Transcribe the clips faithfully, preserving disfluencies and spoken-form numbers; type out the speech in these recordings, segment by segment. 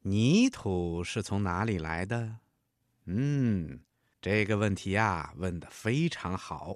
泥土是从哪里来的？嗯，这个问题呀，问得非常好。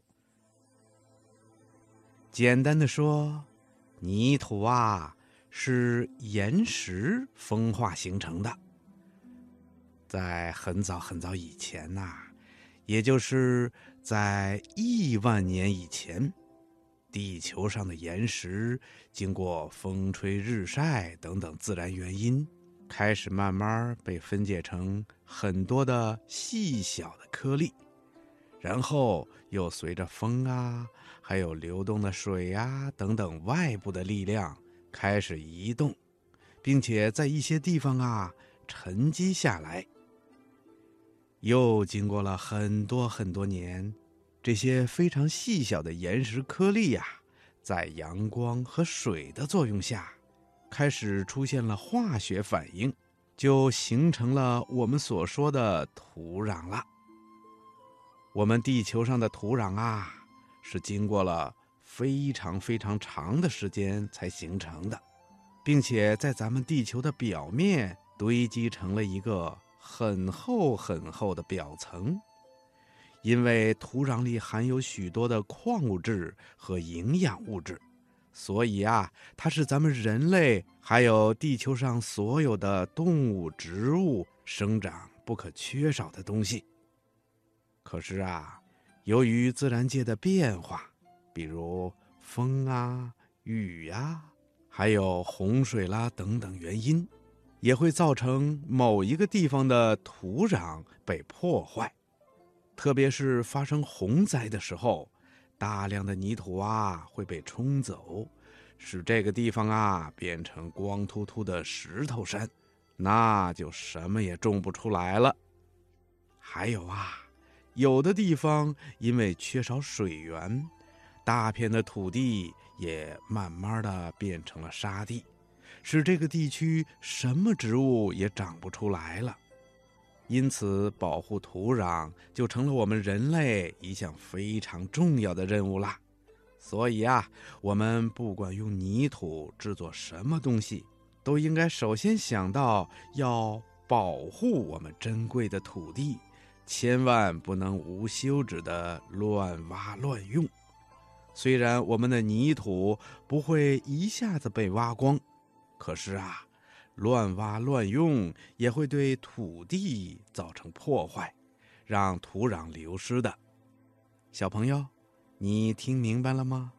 简单的说，泥土啊是岩石风化形成的。在很早很早以前呐、也就是在亿万年以前，地球上的岩石经过风吹日晒等等自然原因，开始慢慢被分解成很多的细小的颗粒，然后又随着风啊，还有流动的水啊等等外部的力量开始移动，并且在一些地方啊沉积下来。又经过了很多很多年，这些非常细小的岩石颗粒呀、在阳光和水的作用下，开始出现了化学反应，就形成了我们所说的土壤了。我们地球上的土壤啊，是经过了非常非常长的时间才形成的，并且在咱们地球的表面堆积成了一个很厚很厚的表层。因为土壤里含有许多的矿物质和营养物质，所以啊，它是咱们人类还有地球上所有的动物、植物生长不可缺少的东西。可是啊，由于自然界的变化，比如风啊、雨呀、还有洪水啦等等原因，也会造成某一个地方的土壤被破坏。特别是发生洪灾的时候，大量的泥土啊会被冲走，使这个地方啊变成光秃秃的石头山，那就什么也种不出来了。还有啊，有的地方因为缺少水源，大片的土地也慢慢的变成了沙地，使这个地区什么植物也长不出来了。因此，保护土壤就成了我们人类一项非常重要的任务啦。所以啊，我们不管用泥土制作什么东西，都应该首先想到要保护我们珍贵的土地，千万不能无休止的乱挖乱用。虽然我们的泥土不会一下子被挖光，可是啊，乱挖乱用也会对土地造成破坏，让土壤流失的。小朋友，你听明白了吗？